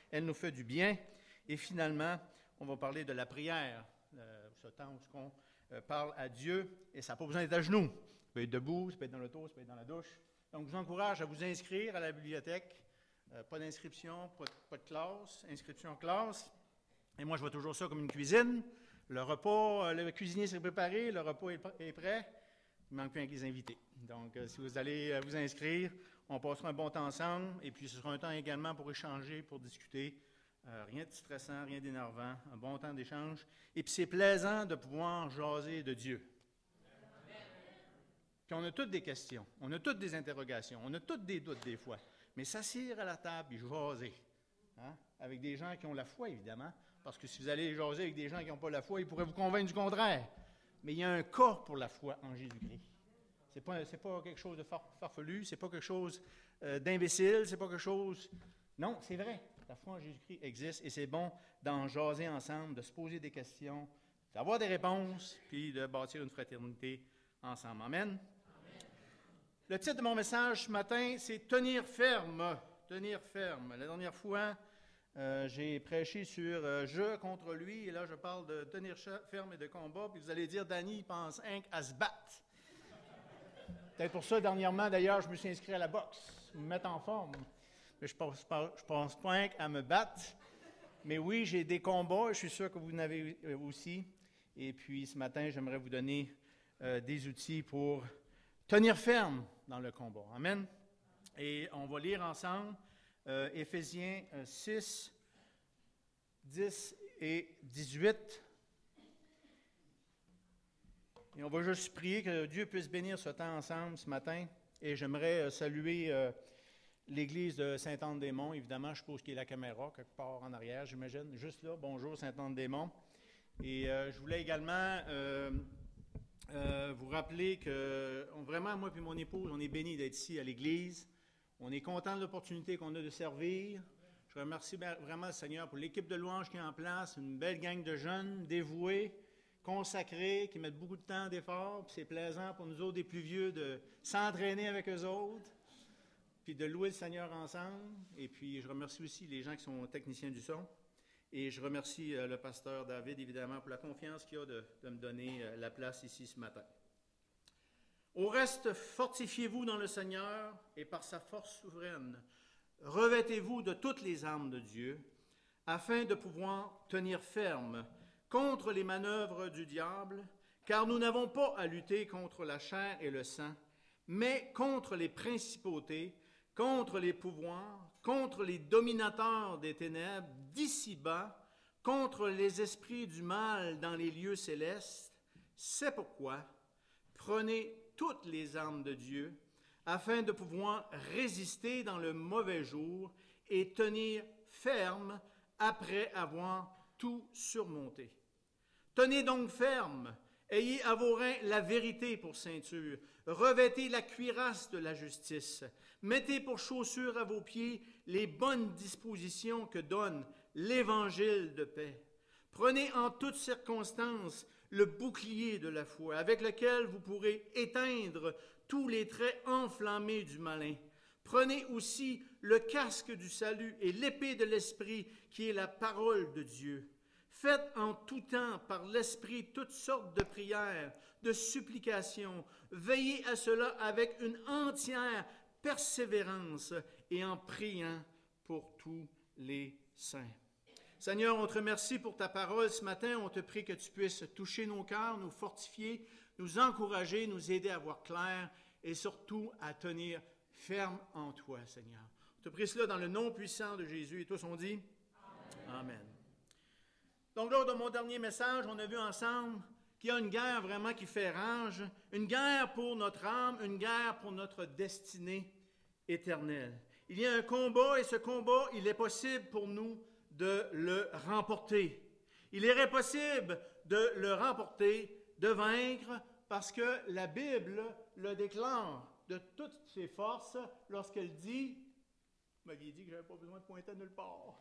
elle nous fait du bien. Et finalement, on va parler de la prière, ce temps où on parle à Dieu, et ça n'a pas besoin d'être à genoux. Ça peut être debout, ça peut être dans l'auto, ça peut être dans la douche. Donc, je vous encourage à vous inscrire à la bibliothèque. Pas d'inscription, pas de classe, inscription en classe. Et moi, je vois toujours ça comme une cuisine. Le repas, le cuisinier s'est préparé, le repas est prêt. Il ne manque plus avec les invités. Donc, si vous allez vous inscrire, on passera un bon temps ensemble. Et puis, ce sera un temps également pour échanger, pour discuter. Rien de stressant, rien d'énervant. Un bon temps d'échange. Et puis, c'est plaisant de pouvoir jaser de Dieu. Puis, on a toutes des questions. On a toutes des interrogations. On a toutes des doutes des fois. Mais s'asseoir à la table et jaser. Hein? Avec des gens qui ont la foi, évidemment. Parce que si vous allez jaser avec des gens qui n'ont pas la foi, ils pourraient vous convaincre du contraire. Mais il y a un cas pour la foi en Jésus-Christ. C'est pas quelque chose de farfelu, c'est pas quelque chose d'imbécile, c'est pas quelque chose... Non, c'est vrai. La foi en Jésus-Christ existe et c'est bon d'en jaser ensemble, de se poser des questions, d'avoir des réponses, puis de bâtir une fraternité ensemble. Amen. Le titre de mon message ce matin, c'est « Tenir ferme ». Tenir ferme. La dernière fois, j'ai prêché sur « je contre lui » et là, je parle de tenir ferme et de combat. Puis vous allez dire, Danny, il pense à se battre. Peut-être pour ça, dernièrement, d'ailleurs, je me suis inscrit à la boxe, me mettre en forme. Mais je pense pas à me battre. Mais oui, j'ai des combats, je suis sûr que vous en avez aussi. Et puis, ce matin, j'aimerais vous donner des outils pour tenir ferme dans le combat. Amen. Et on va lire ensemble Éphésiens 6, 10 et 18. Et on va juste prier que Dieu puisse bénir ce temps ensemble ce matin. Et j'aimerais saluer l'église de Sainte-Anne-des-Monts. Évidemment, je suppose qu'il y a la caméra quelque part en arrière, j'imagine. Juste là, bonjour Sainte-Anne-des-Monts. Et je voulais également vous rappeler que vraiment, moi et mon épouse, on est bénis d'être ici à l'église. On est content de l'opportunité qu'on a de servir. Je remercie vraiment le Seigneur pour l'équipe de louange qui est en place, une belle gang de jeunes dévoués, consacrés, qui mettent beaucoup de temps, d'efforts. Puis c'est plaisant pour nous autres, des plus vieux, de s'entraîner avec eux autres, puis de louer le Seigneur ensemble. Et puis je remercie aussi les gens qui sont techniciens du son. Et je remercie le pasteur David, évidemment, pour la confiance qu'il a de me donner la place ici ce matin. Au reste, fortifiez-vous dans le Seigneur et par sa force souveraine, revêtez-vous de toutes les armes de Dieu, afin de pouvoir tenir ferme contre les manœuvres du diable, car nous n'avons pas à lutter contre la chair et le sang, mais contre les principautés, contre les pouvoirs, contre les dominateurs des ténèbres d'ici-bas, contre les esprits du mal dans les lieux célestes. C'est pourquoi prenez toutes les armes de Dieu, afin de pouvoir résister dans le mauvais jour et tenir ferme après avoir tout surmonté. Tenez donc ferme, ayez à vos reins la vérité pour ceinture, revêtez la cuirasse de la justice, mettez pour chaussures à vos pieds les bonnes dispositions que donne l'évangile de paix. Prenez en toutes circonstances le bouclier de la foi, avec lequel vous pourrez éteindre tous les traits enflammés du malin. Prenez aussi le casque du salut et l'épée de l'Esprit, qui est la parole de Dieu. Faites en tout temps par l'Esprit toutes sortes de prières, de supplications. Veillez à cela avec une entière persévérance et en priant pour tous les saints. Seigneur, on te remercie pour ta parole ce matin. On te prie que tu puisses toucher nos cœurs, nous fortifier, nous encourager, nous aider à voir clair et surtout à tenir ferme en toi, Seigneur. On te prie cela dans le nom puissant de Jésus. Et tous on dit Amen. Amen. Donc lors de mon dernier message, on a vu ensemble qu'il y a une guerre vraiment qui fait rage, une guerre pour notre âme, une guerre pour notre destinée éternelle. Il y a un combat et ce combat, il est possible pour nous de le remporter. Il est possible de le remporter, de vaincre, parce que la Bible le déclare de toutes ses forces lorsqu'elle dit, vous m'aviez dit que je n'avais pas besoin de pointer à nulle part,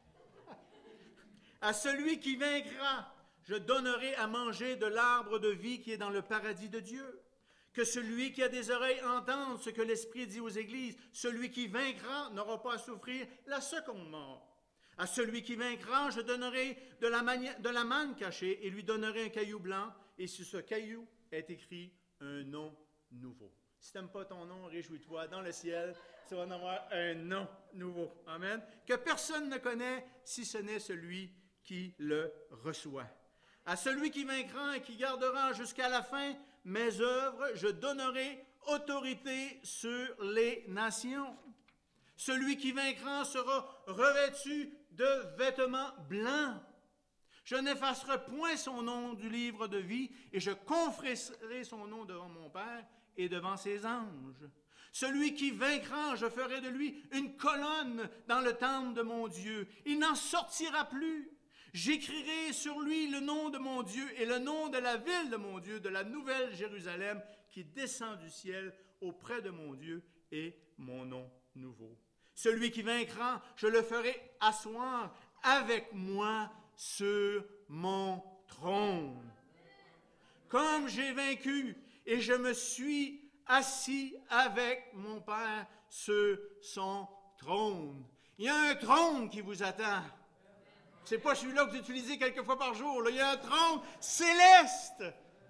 à celui qui vaincra, je donnerai à manger de l'arbre de vie qui est dans le paradis de Dieu. Que celui qui a des oreilles entende ce que l'Esprit dit aux églises. Celui qui vaincra n'aura pas à souffrir la seconde mort. À celui qui vaincra, je donnerai de la manne cachée et lui donnerai un caillou blanc, et sur ce caillou est écrit un nom nouveau. Si tu n'aimes pas ton nom, réjouis-toi. Dans le ciel, tu vas en avoir un nom nouveau. Amen. Que personne ne connaît si ce n'est celui qui le reçoit. À celui qui vaincra et qui gardera jusqu'à la fin mes œuvres, je donnerai autorité sur les nations. Celui qui vaincra sera revêtu de vêtements blancs. Je n'effacerai point son nom du livre de vie et je confesserai son nom devant mon Père et devant ses anges. Celui qui vaincra, je ferai de lui une colonne dans le temple de mon Dieu. Il n'en sortira plus. J'écrirai sur lui le nom de mon Dieu et le nom de la ville de mon Dieu, de la nouvelle Jérusalem qui descend du ciel auprès de mon Dieu et mon nom nouveau. Celui qui vaincra, je le ferai asseoir avec moi sur mon trône. Comme j'ai vaincu et je me suis assis avec mon Père sur son trône. Il y a un trône qui vous attend. Ce n'est pas celui-là que vous utilisez quelques fois par jour. Là. Il y a un trône céleste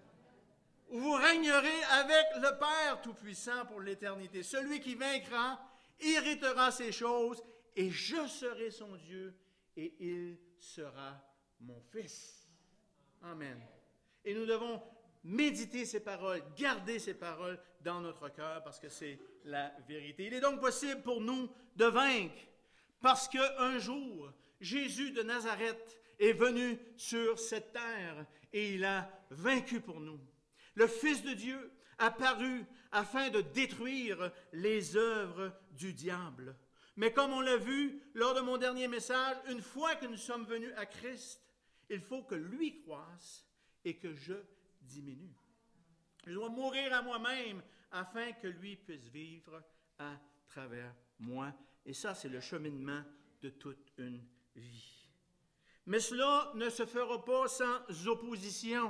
où vous régnerez avec le Père Tout-Puissant pour l'éternité. Celui qui vaincra héritera ces choses et je serai son Dieu et il sera mon fils. Amen. Et nous devons méditer ces paroles, garder ces paroles dans notre cœur parce que c'est la vérité. Il est donc possible pour nous de vaincre parce qu'un jour, Jésus de Nazareth est venu sur cette terre et il a vaincu pour nous. Le Fils de Dieu apparu afin de détruire les œuvres du diable. Mais comme on l'a vu lors de mon dernier message, une fois que nous sommes venus à Christ, il faut que lui croisse et que je diminue. Je dois mourir à moi-même afin que lui puisse vivre à travers moi. Et ça, c'est le cheminement de toute une vie. Mais cela ne se fera pas sans opposition.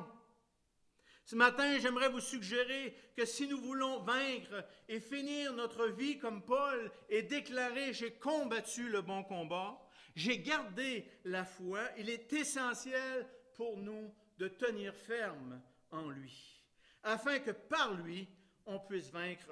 Ce matin, j'aimerais vous suggérer que si nous voulons vaincre et finir notre vie comme Paul et déclarer « J'ai combattu le bon combat, j'ai gardé la foi », il est essentiel pour nous de tenir ferme en lui, afin que par lui, on puisse vaincre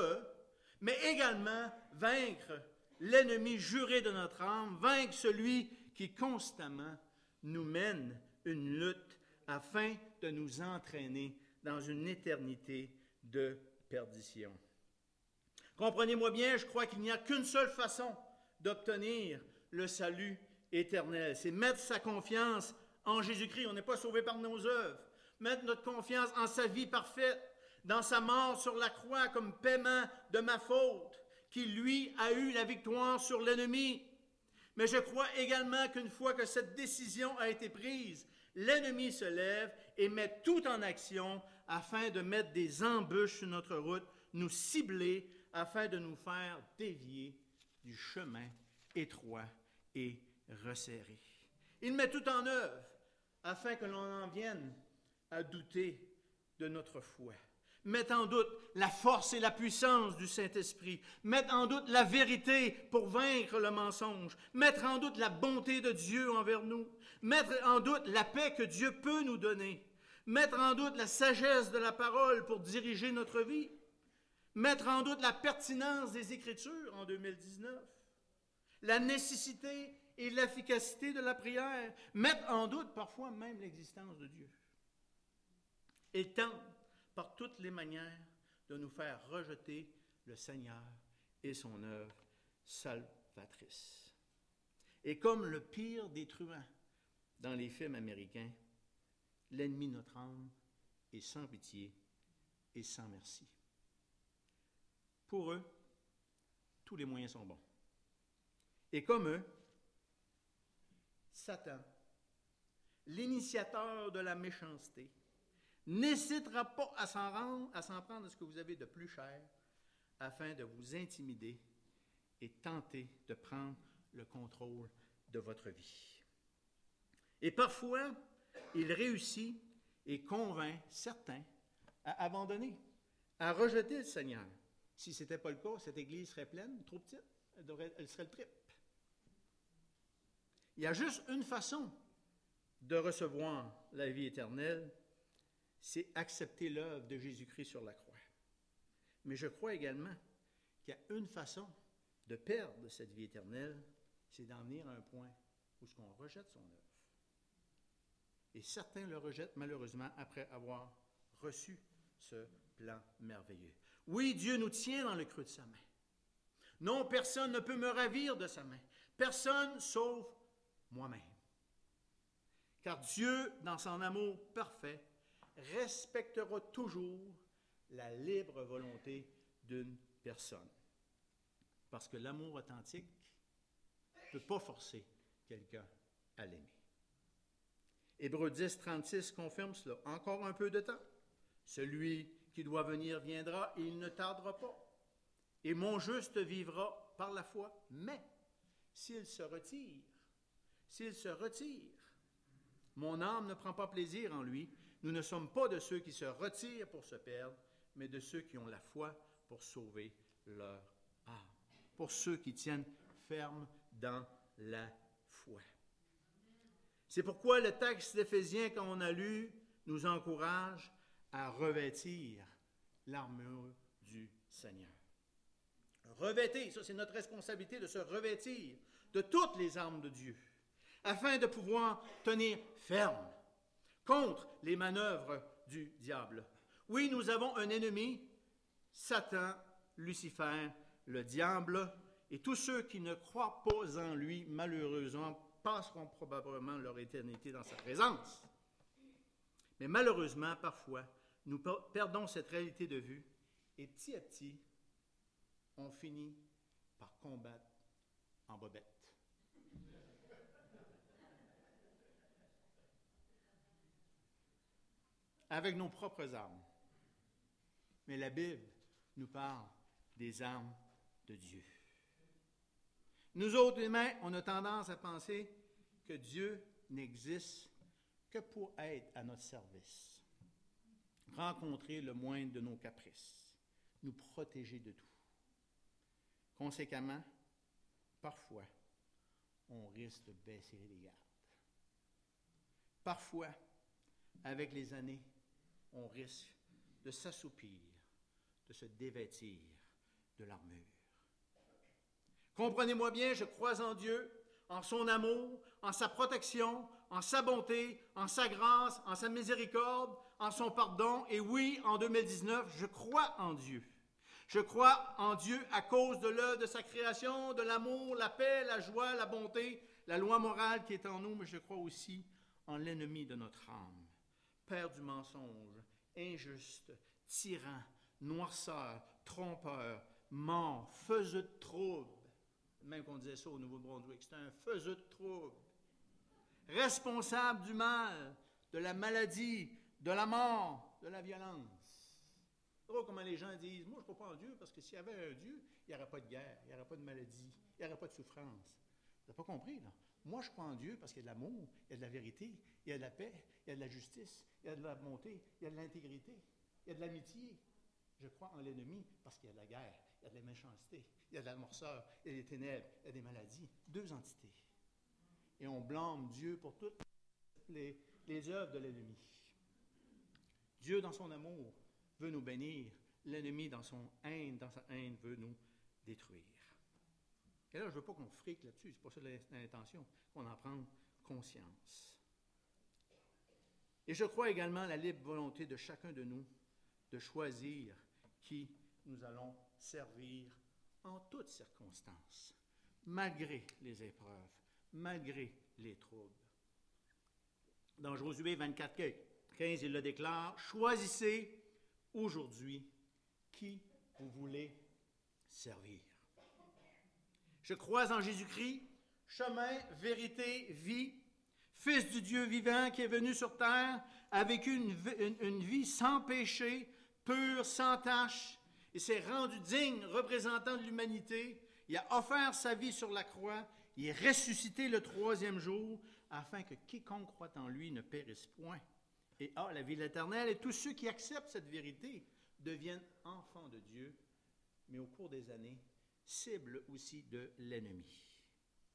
mais également vaincre l'ennemi juré de notre âme, vaincre celui qui constamment nous mène une lutte afin de nous entraîner dans une éternité de perdition. Comprenez-moi bien, je crois qu'il n'y a qu'une seule façon d'obtenir le salut éternel. C'est mettre sa confiance en Jésus-Christ. On n'est pas sauvé par nos œuvres. Mettre notre confiance en sa vie parfaite, dans sa mort sur la croix comme paiement de ma faute, qui lui a eu la victoire sur l'ennemi. Mais je crois également qu'une fois que cette décision a été prise, l'ennemi se lève et met tout en action afin de mettre des embûches sur notre route, nous cibler afin de nous faire dévier du chemin étroit et resserré. Il met tout en œuvre afin que l'on en vienne à douter de notre foi. Mettre en doute la force et la puissance du Saint-Esprit. Mettre en doute la vérité pour vaincre le mensonge. Mettre en doute la bonté de Dieu envers nous. Mettre en doute la paix que Dieu peut nous donner. Mettre en doute la sagesse de la parole pour diriger notre vie. Mettre en doute la pertinence des Écritures en 2019. La nécessité et l'efficacité de la prière. Mettre en doute parfois même l'existence de Dieu. Et tente par toutes les manières de nous faire rejeter le Seigneur et son œuvre salvatrice. Et comme le pire des truands dans les films américains, l'ennemi de notre âme est sans pitié et sans merci. Pour eux, tous les moyens sont bons. Et comme eux, Satan, l'initiateur de la méchanceté, n'hésitera pas à s'en prendre de ce que vous avez de plus cher afin de vous intimider et tenter de prendre le contrôle de votre vie. Et parfois, il réussit et convainc certains à abandonner, à rejeter le Seigneur. Si ce n'était pas le cas, cette église serait pleine, trop petite, elle serait le triple. Il y a juste une façon de recevoir la vie éternelle, c'est accepter l'œuvre de Jésus-Christ sur la croix. Mais je crois également qu'il y a une façon de perdre cette vie éternelle, c'est d'en venir à un point où on rejette son œuvre. Et certains le rejettent malheureusement après avoir reçu ce plan merveilleux. Oui, Dieu nous tient dans le creux de sa main. Non, personne ne peut me ravir de sa main. Personne sauf moi-même. Car Dieu, dans son amour parfait, respectera toujours la libre volonté d'une personne. Parce que l'amour authentique ne peut pas forcer quelqu'un à l'aimer. Hébreux 10, 36 confirme cela. Encore un peu de temps. Celui qui doit venir viendra et il ne tardera pas. Et mon juste vivra par la foi. Mais s'il se retire, mon âme ne prend pas plaisir en lui. Nous ne sommes pas de ceux qui se retirent pour se perdre, mais de ceux qui ont la foi pour sauver leur âme. Pour ceux qui tiennent ferme dans la foi. C'est pourquoi le texte d'Éphésiens qu'on a lu nous encourage à revêtir l'armure du Seigneur. Revêtir, ça c'est notre responsabilité de se revêtir de toutes les armes de Dieu, afin de pouvoir tenir ferme contre les manœuvres du diable. Oui, nous avons un ennemi, Satan, Lucifer, le diable, et tous ceux qui ne croient pas en lui, malheureusement, passeront probablement leur éternité dans sa présence. Mais malheureusement, parfois, nous perdons cette réalité de vue, et petit à petit, on finit par combattre en bobette. Avec nos propres armes. Mais la Bible nous parle des armes de Dieu. Nous autres humains, on a tendance à penser que Dieu n'existe que pour être à notre service, rencontrer le moindre de nos caprices, nous protéger de tout. Conséquemment, parfois, on risque de baisser les gardes. Parfois, avec les années, on risque de s'assoupir, de se dévêtir de l'armure. Comprenez-moi bien, je crois en Dieu, en son amour, en sa protection, en sa bonté, en sa grâce, en sa miséricorde, en son pardon. Et oui, en 2019, je crois en Dieu. Je crois en Dieu à cause de l'œuvre de sa création, de l'amour, la paix, la joie, la bonté, la loi morale qui est en nous, mais je crois aussi en l'ennemi de notre âme. Père du mensonge, injuste, tyran, noirceur, trompeur, mort, faiseux de trouble. Même qu'on disait ça au Nouveau-Brunswick, c'est un faiseux de trouble. Responsable du mal, de la maladie, de la mort, de la violence. C'est drôle comment les gens disent, moi je ne crois pas en Dieu parce que s'il y avait un Dieu, il n'y aurait pas de guerre, il n'y aurait pas de maladie, il n'y aurait pas de souffrance. Vous n'avez pas compris, là? Moi je crois en Dieu parce qu'il y a de l'amour, il y a de la vérité, il y a de la paix, il y a de la justice, il y a de la bonté, il y a de l'intégrité, il y a de l'amitié. Je crois en l'ennemi parce qu'il y a de la guerre, il y a de la méchanceté, il y a de la morseur, il y a des ténèbres, il y a des maladies. Deux entités. Et on blâme Dieu pour toutes les œuvres de l'ennemi. Dieu, dans son amour, veut nous bénir. L'ennemi, dans sa haine, veut nous détruire. Et là, je ne veux pas qu'on frique là-dessus, c'est pas ça l'intention, qu'on en prenne conscience. Et je crois également à la libre volonté de chacun de nous de choisir qui nous allons servir en toutes circonstances, malgré les épreuves, malgré les troubles. Dans Josué 24, 15, il le déclare, « Choisissez aujourd'hui qui vous voulez servir. » Je crois en Jésus-Christ, chemin, vérité, vie, Fils du Dieu vivant qui est venu sur terre, a vécu une vie sans péché, pure, sans tache, et s'est rendu digne, représentant de l'humanité. Il a offert sa vie sur la croix, il est ressuscité le troisième jour, afin que quiconque croit en lui ne périsse point, et a la vie éternelle. Et tous ceux qui acceptent cette vérité deviennent enfants de Dieu, mais au cours des années, cible aussi de l'ennemi.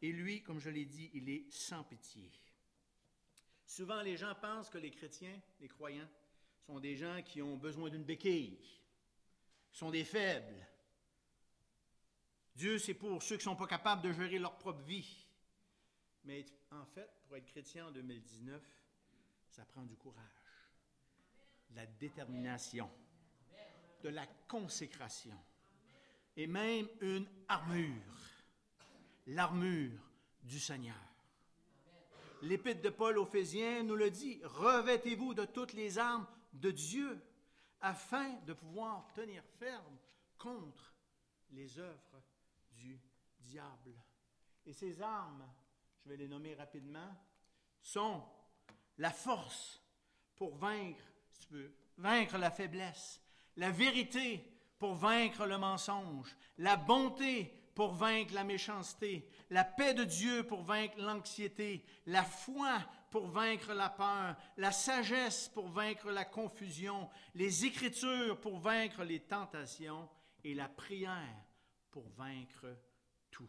Et lui, comme je l'ai dit, il est sans pitié. Souvent, les gens pensent que les chrétiens, les croyants, sont des gens qui ont besoin d'une béquille, sont des faibles. Dieu, c'est pour ceux qui ne sont pas capables de gérer leur propre vie. Mais en fait, pour être chrétien en 2019, ça prend du courage, de la détermination, de la consécration et même une armure, l'armure du Seigneur. L'Épître de Paul aux Éphésiens nous le dit, « Revêtez-vous de toutes les armes de Dieu afin de pouvoir tenir ferme contre les œuvres du diable. » Et ces armes, je vais les nommer rapidement, sont la force pour vaincre, si tu veux, vaincre la faiblesse, la vérité pour vaincre le mensonge, la bonté pour vaincre la méchanceté, la paix de Dieu pour vaincre l'anxiété, la foi pour vaincre la peur, la sagesse pour vaincre la confusion, les Écritures pour vaincre les tentations et la prière pour vaincre tout.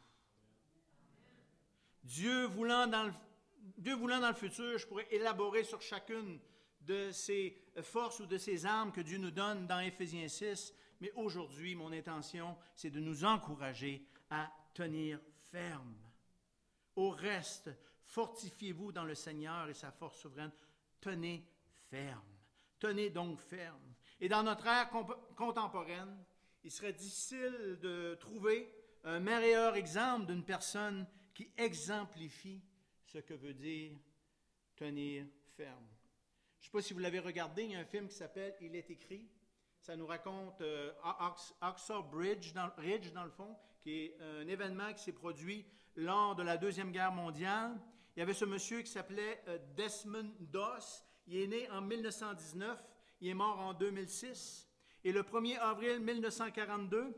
Dieu voulant dans le futur, je pourrais élaborer sur chacune de ces forces ou de ces armes que Dieu nous donne dans Éphésiens 6, mais aujourd'hui, mon intention, c'est de nous encourager à tenir ferme. Au reste, fortifiez-vous dans le Seigneur et sa force souveraine. Tenez ferme. Tenez donc ferme. Et dans notre ère contemporaine, il serait difficile de trouver un meilleur exemple d'une personne qui exemplifie ce que veut dire tenir ferme. Je ne sais pas si vous l'avez regardé, il y a un film qui s'appelle « Il est écrit ». Ça nous raconte Hacksaw Ridge, dans le fond, qui est un événement qui s'est produit lors de la Deuxième Guerre mondiale. Il y avait ce monsieur qui s'appelait Desmond Doss. Il est né en 1919, il est mort en 2006. Et le 1er avril 1942,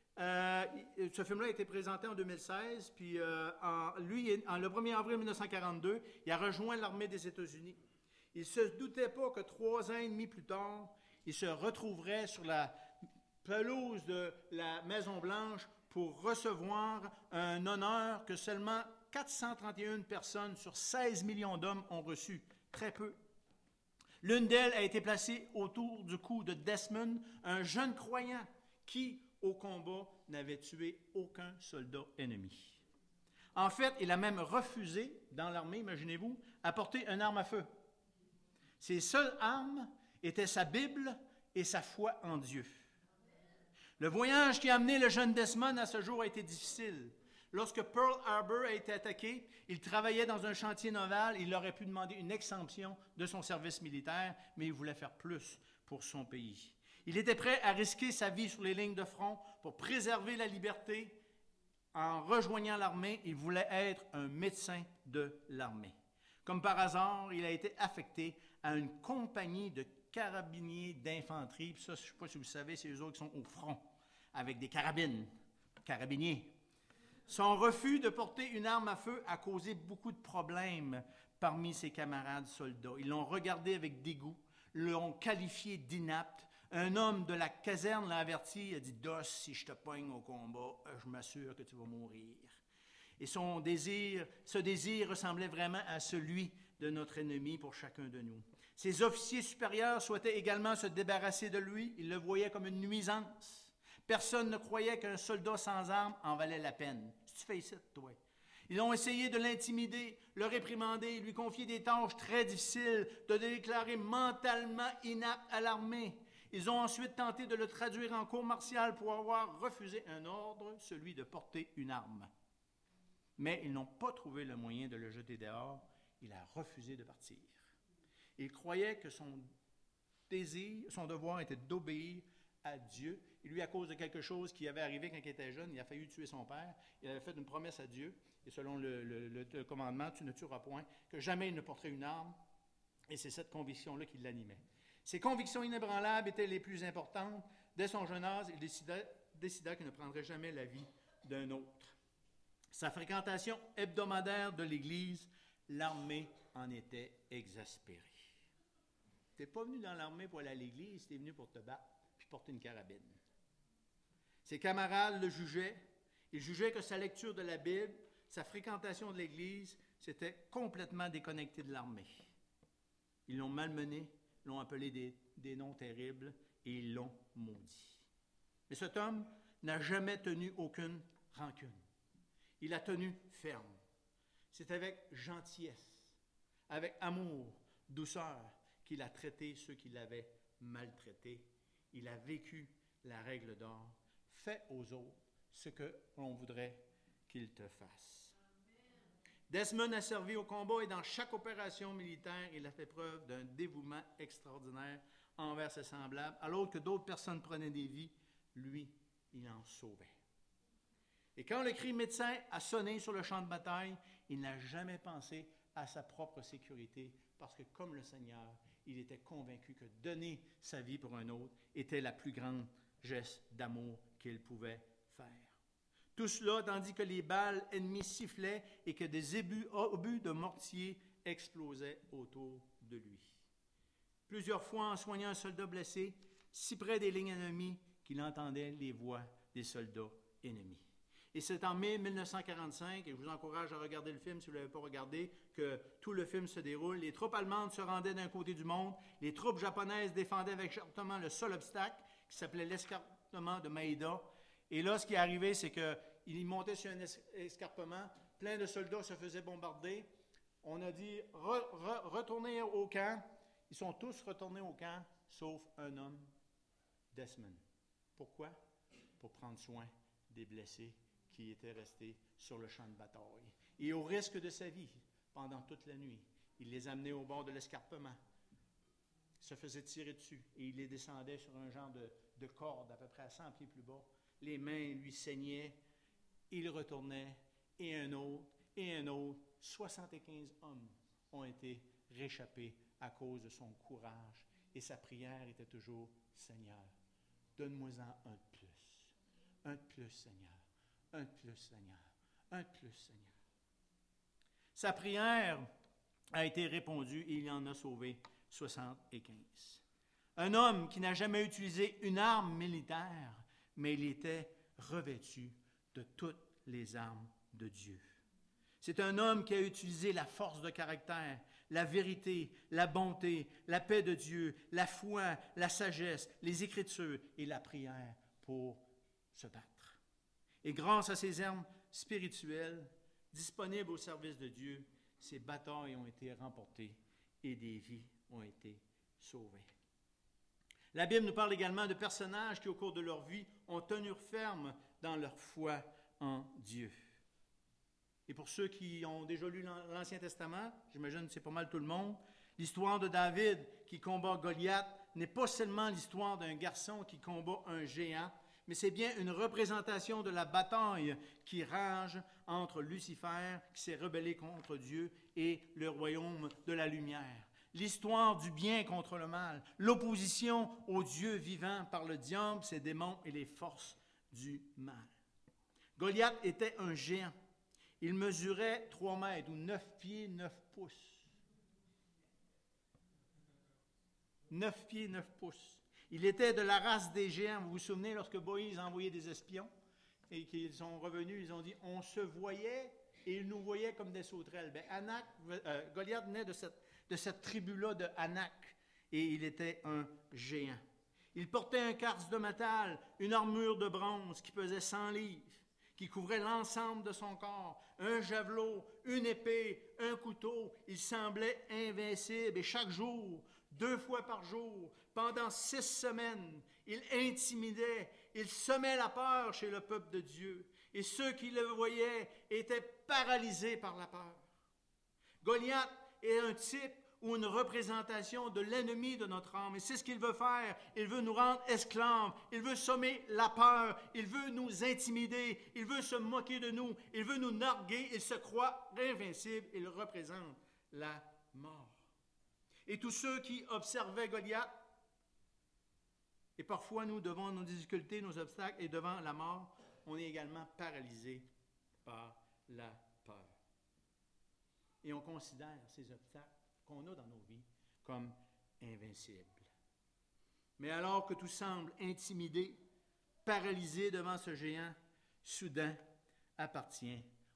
ce film-là a été présenté en 2016, puis le 1er avril 1942, il a rejoint l'armée des États-Unis. Il ne se doutait pas que 3 ans et demi plus tard, il se retrouverait sur la pelouse de la Maison-Blanche pour recevoir un honneur que seulement 431 personnes sur 16 millions d'hommes ont reçu. Très peu. L'une d'elles a été placée autour du cou de Desmond, un jeune croyant qui, au combat, n'avait tué aucun soldat ennemi. En fait, il a même refusé, dans l'armée, imaginez-vous, à porter une arme à feu. Ses seules armes étaient sa Bible et sa foi en Dieu. Le voyage qui a amené le jeune Desmond à ce jour a été difficile. Lorsque Pearl Harbor a été attaqué, il travaillait dans un chantier naval. Il aurait pu demander une exemption de son service militaire, mais il voulait faire plus pour son pays. Il était prêt à risquer sa vie sur les lignes de front pour préserver la liberté. En rejoignant l'armée, il voulait être un médecin de l'armée. Comme par hasard, il a été affecté à une compagnie de carabiniers d'infanterie. Puis ça, je ne sais pas si vous savez, c'est eux autres qui sont au front, avec des carabines, carabiniers. Son refus de porter une arme à feu a causé beaucoup de problèmes parmi ses camarades soldats. Ils l'ont regardé avec dégoût, l'ont qualifié d'inapte. Un homme de la caserne l'a averti, il a dit « Doss, si je te pogne au combat, je m'assure que tu vas mourir. » Et ce désir ressemblait vraiment à celui de notre ennemi pour chacun de nous. Ses officiers supérieurs souhaitaient également se débarrasser de lui. Ils le voyaient comme une nuisance. Personne ne croyait qu'un soldat sans armes en valait la peine. Tu fais ça, toi. Ils ont essayé de l'intimider, le réprimander, lui confier des tâches très difficiles, de le déclarer mentalement inapte à l'armée. Ils ont ensuite tenté de le traduire en cour martiale pour avoir refusé un ordre, celui de porter une arme. Mais ils n'ont pas trouvé le moyen de le jeter dehors. Il a refusé de partir. Il croyait que son devoir était d'obéir à Dieu. Et lui, à cause de quelque chose qui avait arrivé quand il était jeune, il a failli tuer son père. Il avait fait une promesse à Dieu, et selon le commandement, tu ne tueras point, que jamais il ne porterait une arme. Et c'est cette conviction-là qui l'animait. Ses convictions inébranlables étaient les plus importantes. Dès son jeune âge, il décida qu'il ne prendrait jamais la vie d'un autre. Sa fréquentation hebdomadaire de l'Église, l'armée en était exaspérée. Tu n'es pas venu dans l'armée pour aller à l'Église, tu es venu pour te battre puis porter une carabine. Ses camarades le jugeaient. Ils jugeaient que sa lecture de la Bible, sa fréquentation de l'Église, c'était complètement déconnecté de l'armée. Ils l'ont malmené, l'ont appelé des noms terribles et ils l'ont maudit. Mais cet homme n'a jamais tenu aucune rancune. Il a tenu ferme. C'est avec gentillesse, avec amour, douceur, qu'il a traité ceux qui l'avaient maltraité. Il a vécu la règle d'or. Fais aux autres ce que l'on voudrait qu'ils te fassent. Desmond a servi au combat et dans chaque opération militaire, il a fait preuve d'un dévouement extraordinaire envers ses semblables. Alors que d'autres personnes prenaient des vies, lui, il en sauvait. Et quand le cri médecin a sonné sur le champ de bataille, il n'a jamais pensé à sa propre sécurité parce que, comme le Seigneur, il était convaincu que donner sa vie pour un autre était la plus grande geste d'amour qu'il pouvait faire. Tout cela tandis que les balles ennemies sifflaient et que des obus de mortier explosaient autour de lui. Plusieurs fois, en soignant un soldat blessé, si près des lignes ennemies qu'il entendait les voix des soldats ennemis. Et c'est en mai 1945, et je vous encourage à regarder le film si vous ne l'avez pas regardé, que tout le film se déroule. Les troupes allemandes se rendaient d'un côté du monde, les troupes japonaises défendaient avec acharnement le seul obstacle, qui s'appelait l'escarpement de Maïda. Et là, ce qui est arrivé, c'est qu'ils montaient sur un escarpement, plein de soldats se faisaient bombarder. On a dit, retournez au camp. Ils sont tous retournés au camp, sauf un homme, Desmond. Pourquoi? Pour prendre soin des blessés qui étaient restés sur le champ de bataille. Et au risque de sa vie, pendant toute la nuit, il les amenait au bord de l'escarpement, se faisait tirer dessus, et il les descendait sur un genre de corde, à peu près à 100 pieds plus bas. Les mains lui saignaient, il retournait, et un autre, et un autre. 75 hommes ont été réchappés à cause de son courage, et sa prière était toujours, Seigneur, donne-moi-en un de plus. Un de plus, Seigneur. Un de plus, Seigneur. Un de plus, Seigneur. Sa prière a été répondue et il en a sauvé 75. Un homme qui n'a jamais utilisé une arme militaire, mais il était revêtu de toutes les armes de Dieu. C'est un homme qui a utilisé la force de caractère, la vérité, la bonté, la paix de Dieu, la foi, la sagesse, les Écritures et la prière pour se battre. Et grâce à ces armes spirituelles disponibles au service de Dieu, ces batailles ont été remportées et des vies ont été sauvées. La Bible nous parle également de personnages qui, au cours de leur vie, ont tenu ferme dans leur foi en Dieu. Et pour ceux qui ont déjà lu l'Ancien Testament, j'imagine que c'est pas mal tout le monde, l'histoire de David qui combat Goliath n'est pas seulement l'histoire d'un garçon qui combat un géant, mais c'est bien une représentation de la bataille qui rage entre Lucifer, qui s'est rebellé contre Dieu, et le royaume de la lumière. L'histoire du bien contre le mal, l'opposition au Dieu vivant par le diable, ses démons et les forces du mal. Goliath était un géant. Il mesurait 3 mètres ou 9 pieds, 9 pouces. 9 pieds, 9 pouces. Il était de la race des géants. Vous vous souvenez lorsque Moïse a envoyé des espions et qu'ils sont revenus, ils ont dit, on se voyait et ils nous voyaient comme des sauterelles. Goliath venait de cette tribu-là de Anak et il était un géant. Il portait un casque de métal, une armure de bronze qui pesait 100 livres, qui couvrait l'ensemble de son corps, un javelot, une épée, un couteau. Il semblait invincible et chaque jour, 2 fois par jour, pendant 6 semaines, il intimidait, il semait la peur chez le peuple de Dieu. Et ceux qui le voyaient étaient paralysés par la peur. Goliath est un type ou une représentation de l'ennemi de notre âme. Et c'est ce qu'il veut faire. Il veut nous rendre esclaves. Il veut sommer la peur. Il veut nous intimider. Il veut se moquer de nous. Il veut nous narguer. Il se croit invincible. Il représente la mort. Et tous ceux qui observaient Goliath, et parfois nous, devant nos difficultés, nos obstacles et devant la mort, on est également paralysé par la peur. Et on considère ces obstacles qu'on a dans nos vies comme invincibles. Mais alors que tout semble intimidé, paralysé devant ce géant, soudain appartient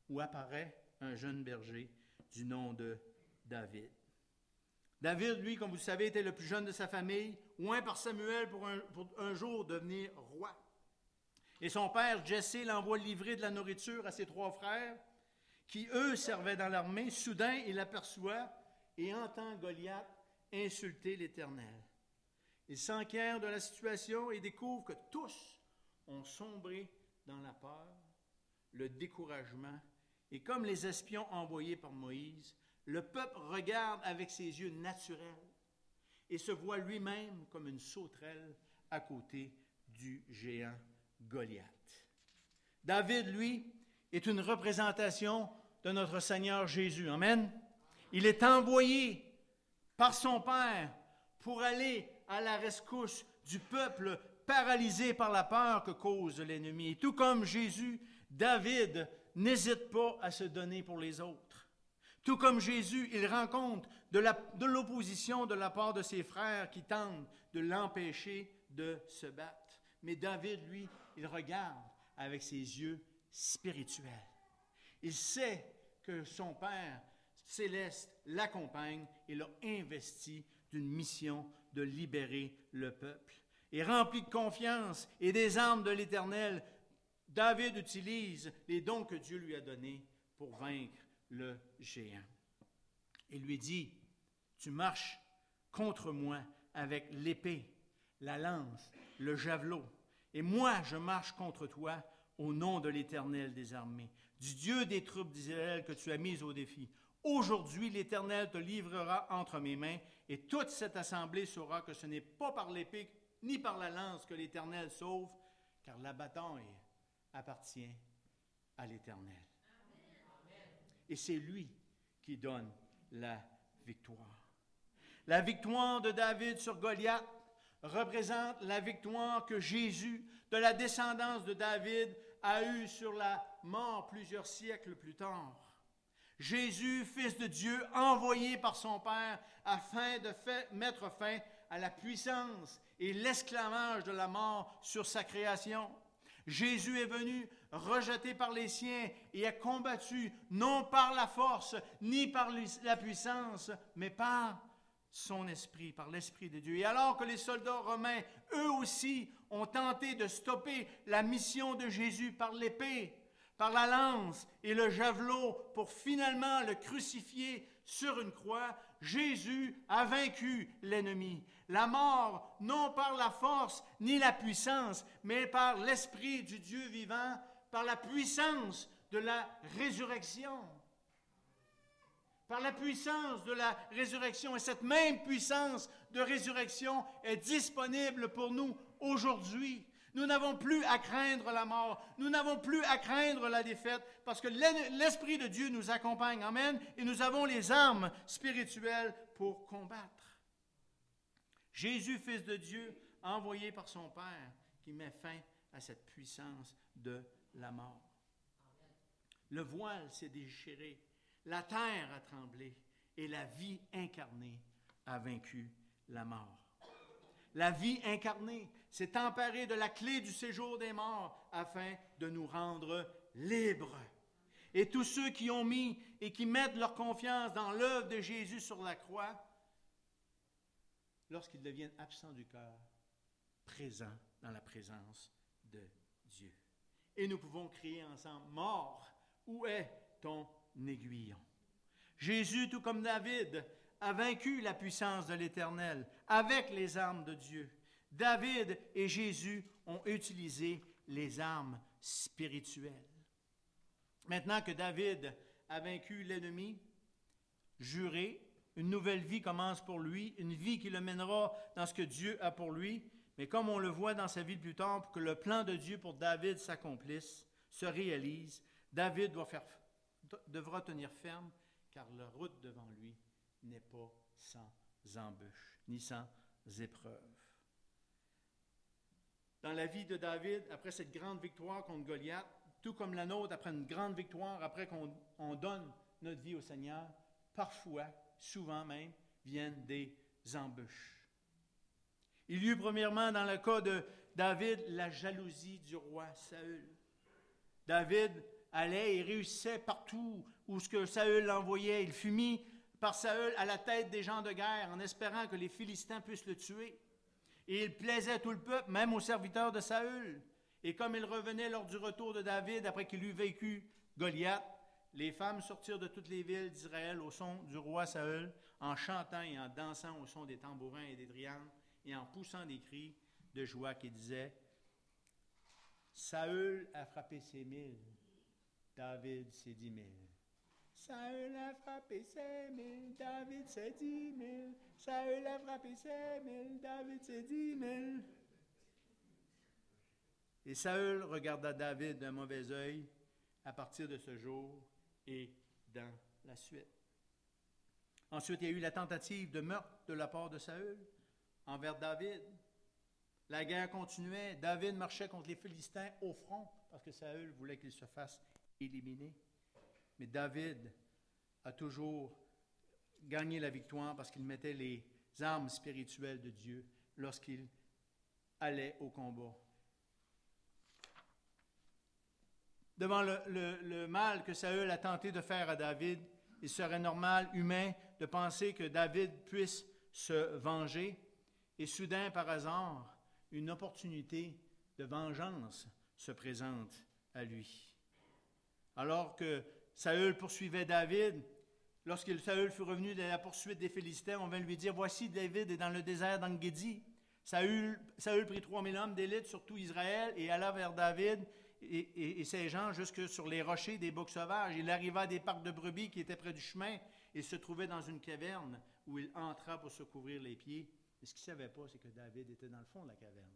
où apparaît un jeune berger du nom de David. David, lui, comme vous le savez, était le plus jeune de sa famille, oint par Samuel pour un jour devenir roi. Et son père, Jessé, l'envoie livrer de la nourriture à ses 3 frères, qui, eux, servaient dans l'armée. Soudain, il aperçoit et entend Goliath insulter l'Éternel. Il s'enquiert de la situation et découvre que tous ont sombré dans la peur, le découragement, et comme les espions envoyés par Moïse, le peuple regarde avec ses yeux naturels et se voit lui-même comme une sauterelle à côté du géant Goliath. David, lui, est une représentation de notre Seigneur Jésus. Amen. Il est envoyé par son Père pour aller à la rescousse du peuple paralysé par la peur que cause l'ennemi. Et tout comme Jésus, David n'hésite pas à se donner pour les autres. Tout comme Jésus, il rencontre de l'opposition de la part de ses frères qui tentent de l'empêcher de se battre. Mais David, lui, il regarde avec ses yeux spirituels. Il sait que son Père céleste l'accompagne et l'a investi d'une mission de libérer le peuple. Et rempli de confiance et des armes de l'Éternel, David utilise les dons que Dieu lui a donnés pour vaincre le géant. Il lui dit, tu marches contre moi avec l'épée, la lance, le javelot, et moi je marche contre toi au nom de l'Éternel des armées, du Dieu des troupes d'Israël que tu as mis au défi. Aujourd'hui, l'Éternel te livrera entre mes mains, et toute cette assemblée saura que ce n'est pas par l'épée ni par la lance que l'Éternel sauve, car la bataille appartient à l'Éternel. Et c'est lui qui donne la victoire. La victoire de David sur Goliath représente la victoire que Jésus, de la descendance de David, a eue sur la mort plusieurs siècles plus tard. Jésus, Fils de Dieu, envoyé par son Père afin de mettre fin à la puissance et l'esclavage de la mort sur sa création. Jésus est venu rejeté par les siens et a combattu non par la force ni par la puissance, mais par son esprit, par l'Esprit de Dieu. Et alors que les soldats romains, eux aussi, ont tenté de stopper la mission de Jésus par l'épée, par la lance et le javelot pour finalement le crucifier sur une croix, Jésus a vaincu l'ennemi. La mort, non par la force ni la puissance, mais par l'Esprit du Dieu vivant, par la puissance de la résurrection. Par la puissance de la résurrection. Et cette même puissance de résurrection est disponible pour nous aujourd'hui. Nous n'avons plus à craindre la mort. Nous n'avons plus à craindre la défaite parce que l'Esprit de Dieu nous accompagne. Amen. Et nous avons les armes spirituelles pour combattre. Jésus, Fils de Dieu, envoyé par son Père, qui met fin à cette puissance de la mort. Le voile s'est déchiré, la terre a tremblé et la vie incarnée a vaincu la mort. La vie incarnée s'est emparée de la clé du séjour des morts afin de nous rendre libres. Et tous ceux qui ont mis et qui mettent leur confiance dans l'œuvre de Jésus sur la croix, lorsqu'ils deviennent absents du cœur, présents dans la présence de Dieu. Et nous pouvons crier ensemble, « Mort, où est ton aiguillon? » Jésus, tout comme David, a vaincu la puissance de l'Éternel avec les armes de Dieu. David et Jésus ont utilisé les armes spirituelles. Maintenant que David a vaincu l'ennemi, juré, une nouvelle vie commence pour lui, une vie qui le mènera dans ce que Dieu a pour lui. Mais comme on le voit dans sa vie plus tard, pour que le plan de Dieu pour David s'accomplisse, se réalise, David devra tenir ferme, car la route devant lui n'est pas sans embûches, ni sans épreuves. Dans la vie de David, après cette grande victoire contre Goliath, tout comme la nôtre, après une grande victoire, après qu'on donne notre vie au Seigneur, parfois, souvent même, viennent des embûches. Il y eut premièrement, dans le cas de David, la jalousie du roi Saül. David allait et réussissait partout où ce que Saül l'envoyait. Il fut mis par Saül à la tête des gens de guerre en espérant que les Philistins puissent le tuer. Et il plaisait à tout le peuple, même aux serviteurs de Saül. Et comme il revenait lors du retour de David, après qu'il eut vaincu Goliath, les femmes sortirent de toutes les villes d'Israël au son du roi Saül, en chantant et en dansant au son des tambourins et des triangles, et en poussant des cris de joie qui disaient « Saül a frappé ses 1000, David ses 10 000. Saül a frappé ses 1000, David ses 10 000. Saül a frappé ses 1000, David ses 10 000. » Et Saül regarda David d'un mauvais œil à partir de ce jour et dans la suite. Ensuite, il y a eu la tentative de meurtre de la part de Saül envers David. La guerre continuait. David marchait contre les Philistins au front parce que Saül voulait qu'il se fasse éliminer. Mais David a toujours gagné la victoire parce qu'il mettait les armes spirituelles de Dieu lorsqu'il allait au combat. Devant le mal que Saül a tenté de faire à David, il serait normal, humain, de penser que David puisse se venger. Et soudain, par hasard, une opportunité de vengeance se présente à lui. Alors que Saül poursuivait David, lorsque Saül fut revenu de la poursuite des Philistins, on vint lui dire « Voici, David est dans le désert d'En-Guédi. » Saül prit 3000 hommes d'élite sur tout Israël et alla vers David et ses gens jusque sur les rochers des boucs sauvages. Il arriva à des parcs de brebis qui étaient près du chemin et se trouvait dans une caverne où il entra pour se couvrir les pieds. Mais ce qu'il ne savait pas, c'est que David était dans le fond de la caverne.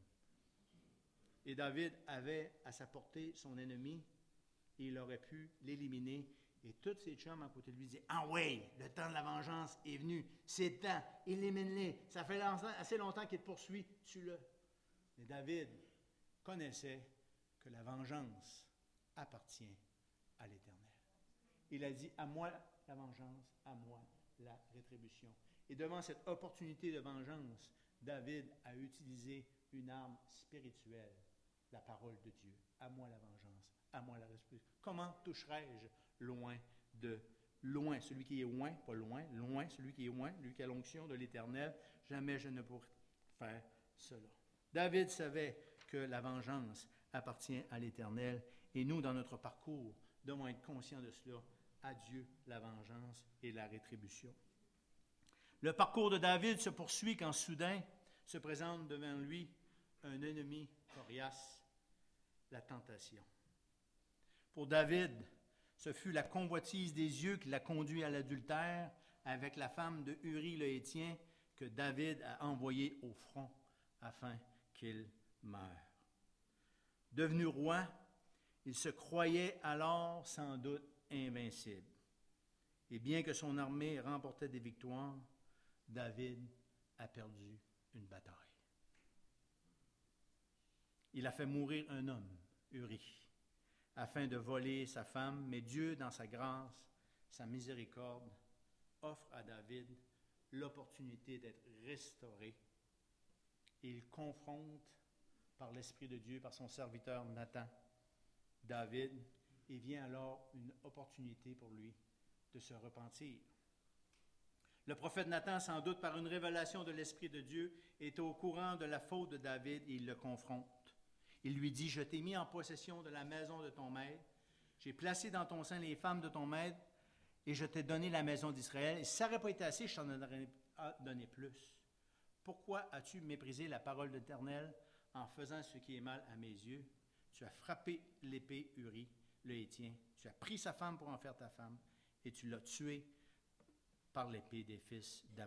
Et David avait à sa portée son ennemi et il aurait pu l'éliminer. Et tous ses chums à côté de lui disaient « Ah ouais, le temps de la vengeance est venu. C'est le temps. Élimine-les. Ça fait assez longtemps qu'il te poursuit. Tue-le. » Mais David connaissait que la vengeance appartient à l'Éternel. Il a dit « À moi la vengeance, à moi la rétribution. » Et devant cette opportunité de vengeance, David a utilisé une arme spirituelle, la parole de Dieu. À moi la vengeance, à moi la rétribution. Comment toucherai-je loin, celui qui est loin, pas loin, loin, celui qui est loin, lui qui a l'onction de l'Éternel, jamais je ne pourrai faire cela. David savait que la vengeance appartient à l'Éternel et nous, dans notre parcours, devons être conscients de cela. À Dieu la vengeance et la rétribution. Le parcours de David se poursuit quand soudain se présente devant lui un ennemi coriace, la tentation. Pour David, ce fut la convoitise des yeux qui l'a conduit à l'adultère avec la femme de Uri le Héthien que David a envoyée au front afin qu'il meure. Devenu roi, il se croyait alors sans doute invincible. Et bien que son armée remportait des victoires, David a perdu une bataille. Il a fait mourir un homme, Uri, afin de voler sa femme, mais Dieu, dans sa grâce, sa miséricorde, offre à David l'opportunité d'être restauré. Et il confronte par l'Esprit de Dieu, par son serviteur Nathan, David, et vient alors une opportunité pour lui de se repentir. Le prophète Nathan, sans doute par une révélation de l'Esprit de Dieu, est au courant de la faute de David et il le confronte. Il lui dit « Je t'ai mis en possession de la maison de ton maître, j'ai placé dans ton sein les femmes de ton maître et je t'ai donné la maison d'Israël. Et si ça n'aurait pas été assez, je t'en aurais donné plus. Pourquoi as-tu méprisé la parole de l'Éternel en faisant ce qui est mal à mes yeux? Tu as frappé l'épée Uri, le Héthien. Tu as pris sa femme pour en faire ta femme et tu l'as tué par l'épée des fils d'Ammon. »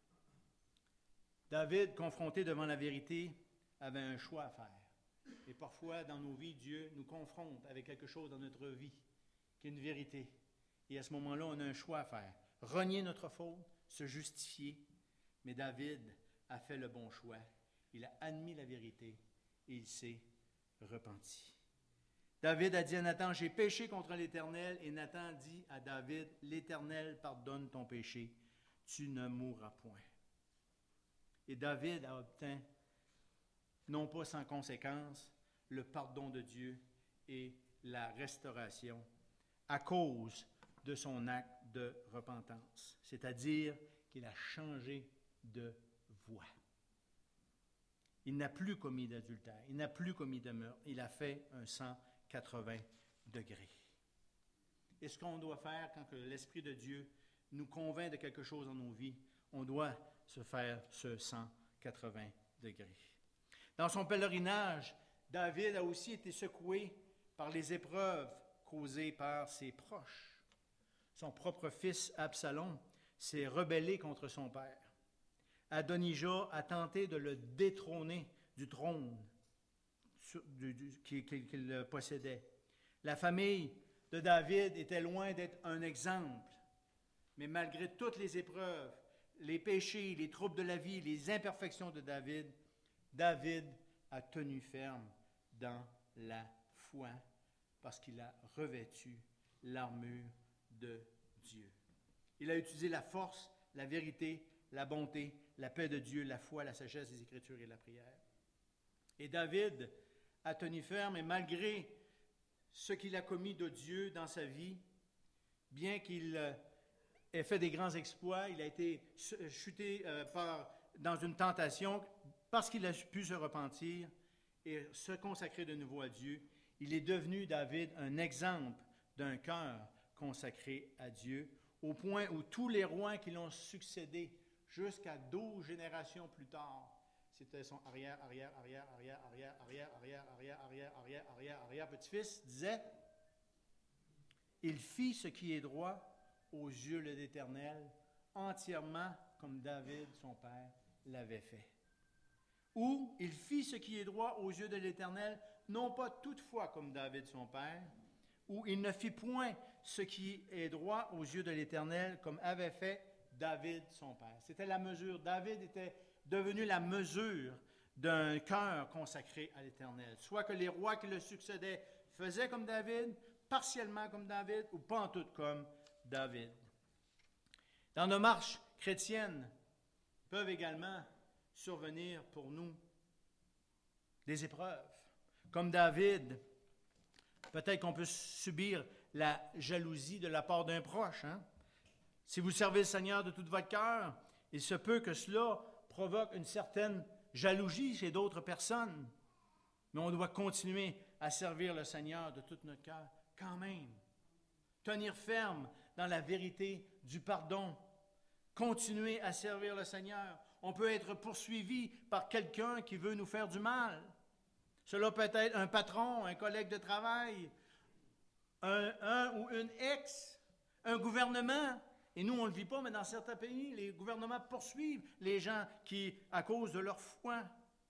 David, confronté devant la vérité, avait un choix à faire. Et parfois, dans nos vies, Dieu nous confronte avec quelque chose dans notre vie, qui est une vérité. Et à ce moment-là, on a un choix à faire. Renier notre faute, se justifier. Mais David a fait le bon choix. Il a admis la vérité et il s'est repenti. David a dit à Nathan, « J'ai péché contre l'Éternel. » Et Nathan dit à David, « L'Éternel pardonne ton péché. Tu ne mourras point. » Et David a obtenu, non pas sans conséquence, le pardon de Dieu et la restauration à cause de son acte de repentance, c'est-à-dire qu'il a changé de voie. Il n'a plus commis d'adultère, il n'a plus commis de meurtre, il a fait un 180 degrés. Et ce qu'on doit faire quand l'Esprit de Dieu nous convainc de quelque chose dans nos vies, on doit se faire ce 180 degrés. Dans son pèlerinage, David a aussi été secoué par les épreuves causées par ses proches. Son propre fils Absalom s'est rebellé contre son père. Adonijah a tenté de le détrôner du trône qu'il possédait. La famille de David était loin d'être un exemple, mais malgré toutes les épreuves, les péchés, les troubles de la vie, les imperfections de David, David a tenu ferme dans la foi parce qu'il a revêtu l'armure de Dieu. Il a utilisé la force, la vérité, la bonté, la paix de Dieu, la foi, la sagesse des Écritures et la prière. Et David a tenu ferme, et malgré ce qu'il a commis de Dieu dans sa vie, bien qu'il ait fait des grands exploits, il a été chuté dans une tentation parce qu'il a pu se repentir et se consacrer de nouveau à Dieu. Il est devenu, David, un exemple d'un cœur consacré à Dieu, au point où tous les rois qui l'ont succédé jusqu'à 12 générations plus tard, c'était son arrière petit-fils, disait « Il fit ce qui est droit aux yeux de l'Éternel, entièrement comme David, son père, l'avait fait. » Ou « Il fit ce qui est droit aux yeux de l'Éternel, non pas toutefois comme David, son père, ou il ne fit point ce qui est droit aux yeux de l'Éternel, comme avait fait David, son père. » C'était la mesure. David était devenu la mesure d'un cœur consacré à l'Éternel. Soit que les rois qui le succédaient faisaient comme David, partiellement comme David, ou pas en tout comme David. Dans nos marches chrétiennes, peuvent également survenir pour nous des épreuves. Comme David, peut-être qu'on peut subir la jalousie de la part d'un proche. Si vous servez le Seigneur de tout votre cœur, il se peut que cela provoque une certaine jalousie chez d'autres personnes. Mais on doit continuer à servir le Seigneur de tout notre cœur quand même. Tenir ferme dans la vérité du pardon. Continuer à servir le Seigneur. On peut être poursuivi par quelqu'un qui veut nous faire du mal. Cela peut être un patron, un collègue de travail, un ou une ex, un gouvernement. Et nous, on ne le vit pas, mais dans certains pays, les gouvernements poursuivent les gens qui, à cause de leur foi,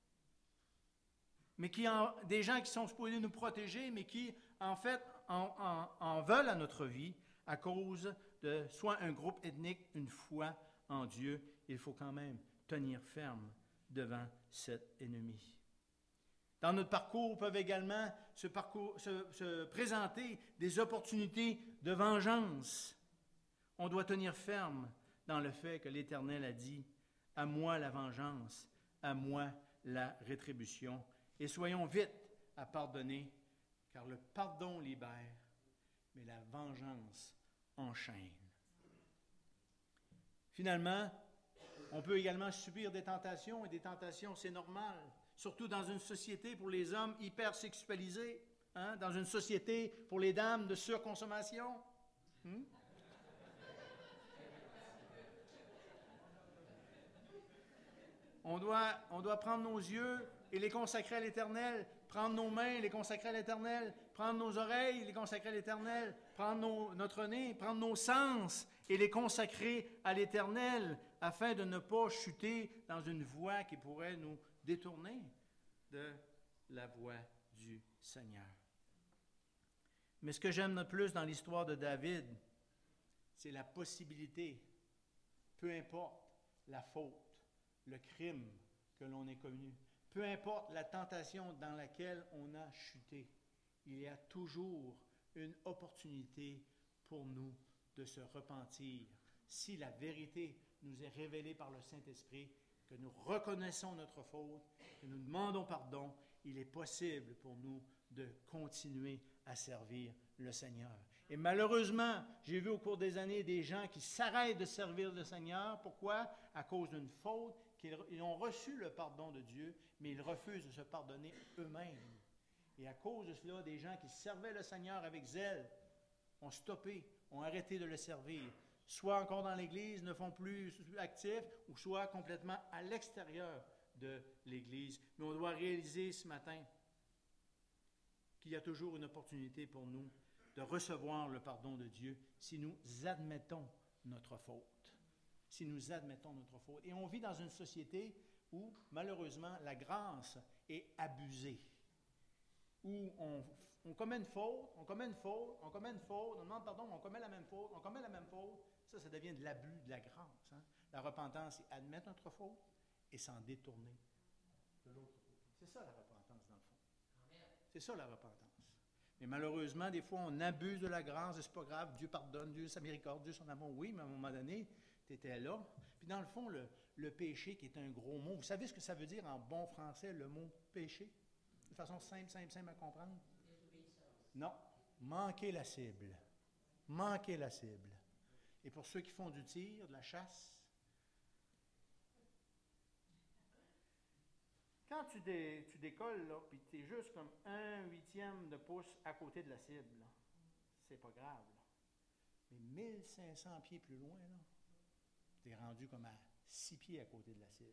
mais des gens qui sont supposés nous protéger, mais qui, en fait, en veulent à notre vie à cause de soit un groupe ethnique, une foi en Dieu. Il faut quand même tenir ferme devant cet ennemi. Dans notre parcours peuvent également se présenter des opportunités de vengeance. On doit tenir ferme dans le fait que l'Éternel a dit « À moi la vengeance, à moi la rétribution. » Et soyons vite à pardonner, car le pardon libère, mais la vengeance enchaîne. Finalement, on peut également subir des tentations, et des tentations, c'est normal, surtout dans une société pour les hommes hyper sexualisés, dans une société pour les dames de surconsommation. On doit prendre nos yeux et les consacrer à l'Éternel, prendre nos mains et les consacrer à l'Éternel, prendre nos oreilles et les consacrer à l'Éternel, prendre notre nez, prendre nos sens et les consacrer à l'Éternel, afin de ne pas chuter dans une voie qui pourrait nous détourner de la voie du Seigneur. Mais ce que j'aime le plus dans l'histoire de David, c'est la possibilité, peu importe la faute, le crime que l'on ait commis, peu importe la tentation dans laquelle on a chuté, il y a toujours une opportunité pour nous de se repentir. Si la vérité nous est révélée par le Saint-Esprit, que nous reconnaissons notre faute, que nous demandons pardon, il est possible pour nous de continuer à servir le Seigneur. Et malheureusement, j'ai vu au cours des années des gens qui s'arrêtent de servir le Seigneur. Pourquoi? À cause d'une faute, qu'ils ont reçu le pardon de Dieu, mais ils refusent de se pardonner eux-mêmes. Et à cause de cela, des gens qui servaient le Seigneur avec zèle ont stoppé, ont arrêté de le servir. Soit encore dans l'Église, ne font plus actifs, ou soit complètement à l'extérieur de l'Église. Mais on doit réaliser ce matin qu'il y a toujours une opportunité pour nous de recevoir le pardon de Dieu si nous admettons notre faute. Si nous admettons notre faute. Et on vit dans une société où, malheureusement, la grâce est abusée. Où on commet une faute, on demande pardon, on commet la même faute, ça devient de l'abus de la grâce. Hein? La repentance, c'est admettre notre faute et s'en détourner de l'autre côté. C'est ça la repentance, dans le fond. C'est ça la repentance. Mais malheureusement, des fois, on abuse de la grâce, et c'est pas grave, Dieu pardonne, Dieu sa miséricorde, Dieu son amour. Oui, mais à un moment donné, tu étais là. Puis dans le fond, le péché, qui est un gros mot, vous savez ce que ça veut dire en bon français, le mot péché? De façon simple à comprendre? Non. Manquer la cible. Manquer la cible. Et pour ceux qui font du tir, de la chasse, quand tu décolles, là, puis tu es juste comme 1/8 de pouce à côté de la cible, là, c'est pas grave. Là. Mais 1500 pieds plus loin, tu es rendu comme à 6 pieds à côté de la cible.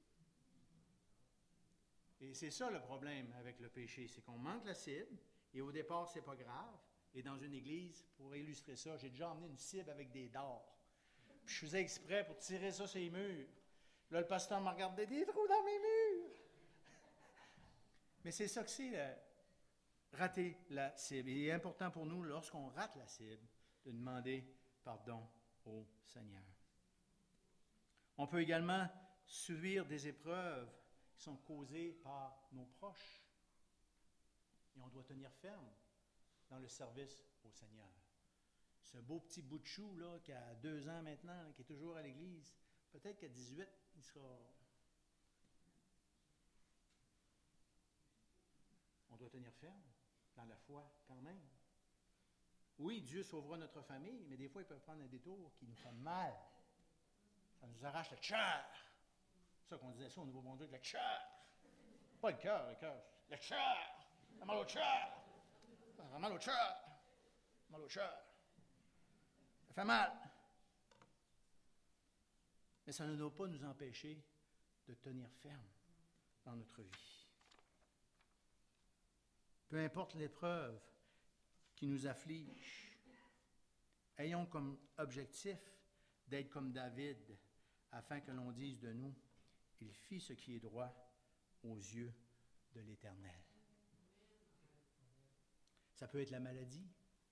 Et c'est ça le problème avec le péché, c'est qu'on manque la cible, et au départ, c'est pas grave. Et dans une église, pour illustrer ça, j'ai déjà emmené une cible avec des dards. Puis je faisais exprès pour tirer ça sur les murs. Là, le pasteur m'a regardé, des trous dans mes murs. Mais c'est ça que c'est, rater la cible. Il est important pour nous, lorsqu'on rate la cible, de demander pardon au Seigneur. On peut également subir des épreuves qui sont causées par nos proches. Et on doit tenir ferme dans le service au Seigneur. Ce beau petit bout de chou là, qui a 2 ans maintenant, là, qui est toujours à l'église, peut-être qu'à 18, il sera... On doit tenir ferme dans la foi quand même. Oui, Dieu sauvera notre famille, mais des fois, il peut prendre un détour qui nous fait mal. Ça nous arrache le cœur. C'est ça qu'on disait ça au Nouveau-Brunswick, le cœur. Pas le cœur, le cœur. Le cœur. Ça a mal au cœur. Ça a mal au cœur. Mal au cœur. Ça fait mal. Mais ça ne doit pas nous empêcher de tenir ferme dans notre vie. Peu importe l'épreuve qui nous afflige, ayons comme objectif d'être comme David, afin que l'on dise de nous, il fit ce qui est droit aux yeux de l'Éternel. Ça peut être la maladie.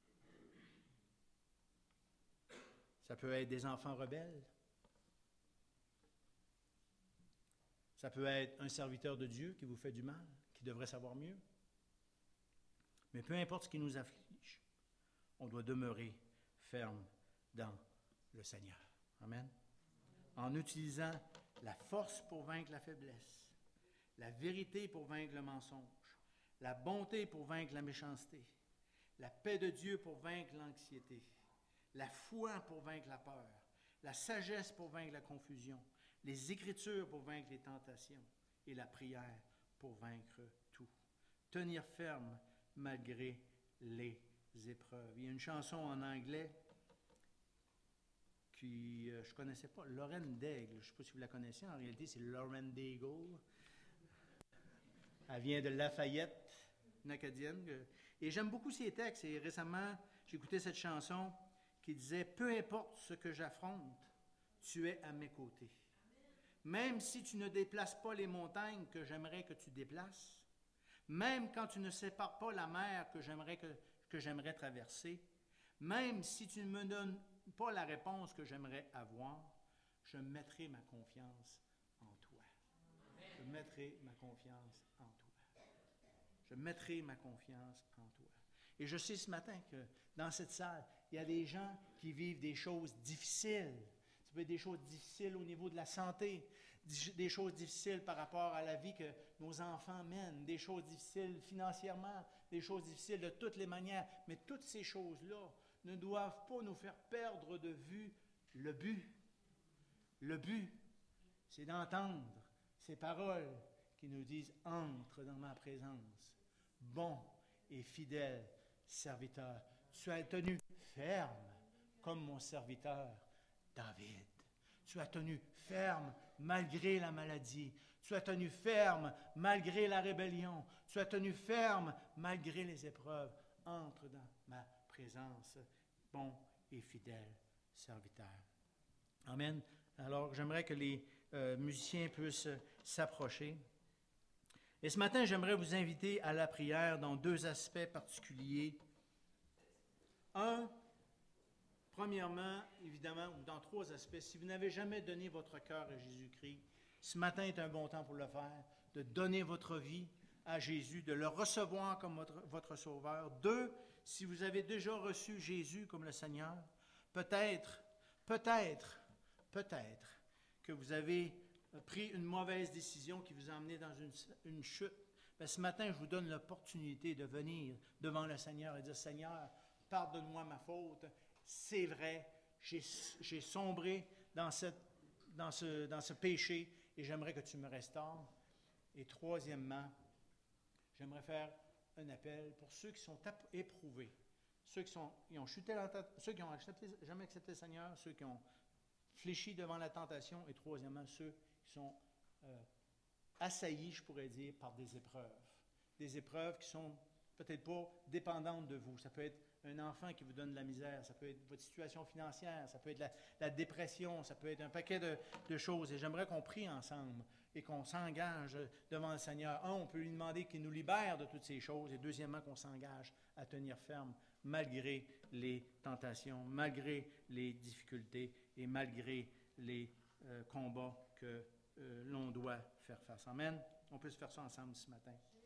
Ça peut être des enfants rebelles. Ça peut être un serviteur de Dieu qui vous fait du mal, qui devrait savoir mieux. Mais peu importe ce qui nous afflige, on doit demeurer ferme dans le Seigneur. Amen. En utilisant la force pour vaincre la faiblesse, la vérité pour vaincre le mensonge, la bonté pour vaincre la méchanceté, la paix de Dieu pour vaincre l'anxiété, la foi pour vaincre la peur, la sagesse pour vaincre la confusion, les Écritures pour vaincre les tentations et la prière pour vaincre tout. Tenir ferme malgré les épreuves. Il y a une chanson en anglais qui, je ne connaissais pas, Lauren Daigle. Je ne sais pas si vous la connaissez, en réalité c'est Lauren Daigle. Elle vient de Lafayette, une Acadienne. Et j'aime beaucoup ses textes. Et récemment, j'écoutais cette chanson qui disait « Peu importe ce que j'affronte, tu es à mes côtés. Même si tu ne déplaces pas les montagnes que j'aimerais que tu déplaces, même quand tu ne sépares pas la mer que j'aimerais traverser, même si tu ne me donnes pas la réponse que j'aimerais avoir, je mettrai ma confiance en toi. Je mettrai ma confiance en toi. Je mettrai ma confiance en toi. Et je sais ce matin que dans cette salle, il y a des gens qui vivent des choses difficiles. C'est peut être des choses difficiles au niveau de la santé, des choses difficiles par rapport à la vie que nos enfants mènent, des choses difficiles financièrement, des choses difficiles de toutes les manières. Mais toutes ces choses-là ne doivent pas nous faire perdre de vue le but. Le but, c'est d'entendre ces paroles qui nous disent « Entre dans ma présence, bon et fidèle serviteur. Tu as tenu ferme comme mon serviteur David. Tu as tenu ferme malgré la maladie. Tu as tenu ferme malgré la rébellion. Tu as tenu ferme malgré les épreuves. Entre dans ma présence, bon et fidèle serviteur. » Amen. Alors, j'aimerais que les musiciens puissent s'approcher. Et ce matin, j'aimerais vous inviter à la prière dans deux aspects particuliers. Un, premièrement, évidemment, ou dans trois aspects, si vous n'avez jamais donné votre cœur à Jésus-Christ, ce matin est un bon temps pour le faire, de donner votre vie à Jésus, de le recevoir comme votre Sauveur. Deux, si vous avez déjà reçu Jésus comme le Seigneur, peut-être que vous avez pris une mauvaise décision qui vous a amené dans une chute. Mais ce matin, je vous donne l'opportunité de venir devant le Seigneur et dire « Seigneur, pardonne-moi ma faute. C'est vrai, j'ai sombré dans ce péché et j'aimerais que tu me restaures. » Et troisièmement, j'aimerais faire un appel pour ceux qui sont éprouvés, ceux qui ont chuté dans ceux qui n'ont jamais accepté le Seigneur, ceux qui ont fléchi devant la tentation, et troisièmement, ceux qui sont assaillis, je pourrais dire, par des épreuves qui sont peut-être pas dépendantes de vous. Ça peut être un enfant qui vous donne de la misère, ça peut être votre situation financière, ça peut être la dépression, ça peut être un paquet de choses. Et j'aimerais qu'on prie ensemble et qu'on s'engage devant le Seigneur. Un, on peut lui demander qu'il nous libère de toutes ces choses. Et deuxièmement, qu'on s'engage à tenir ferme malgré les tentations, malgré les difficultés et malgré les combats que l'on doit faire face. Amen. On peut se faire ça ensemble ce matin.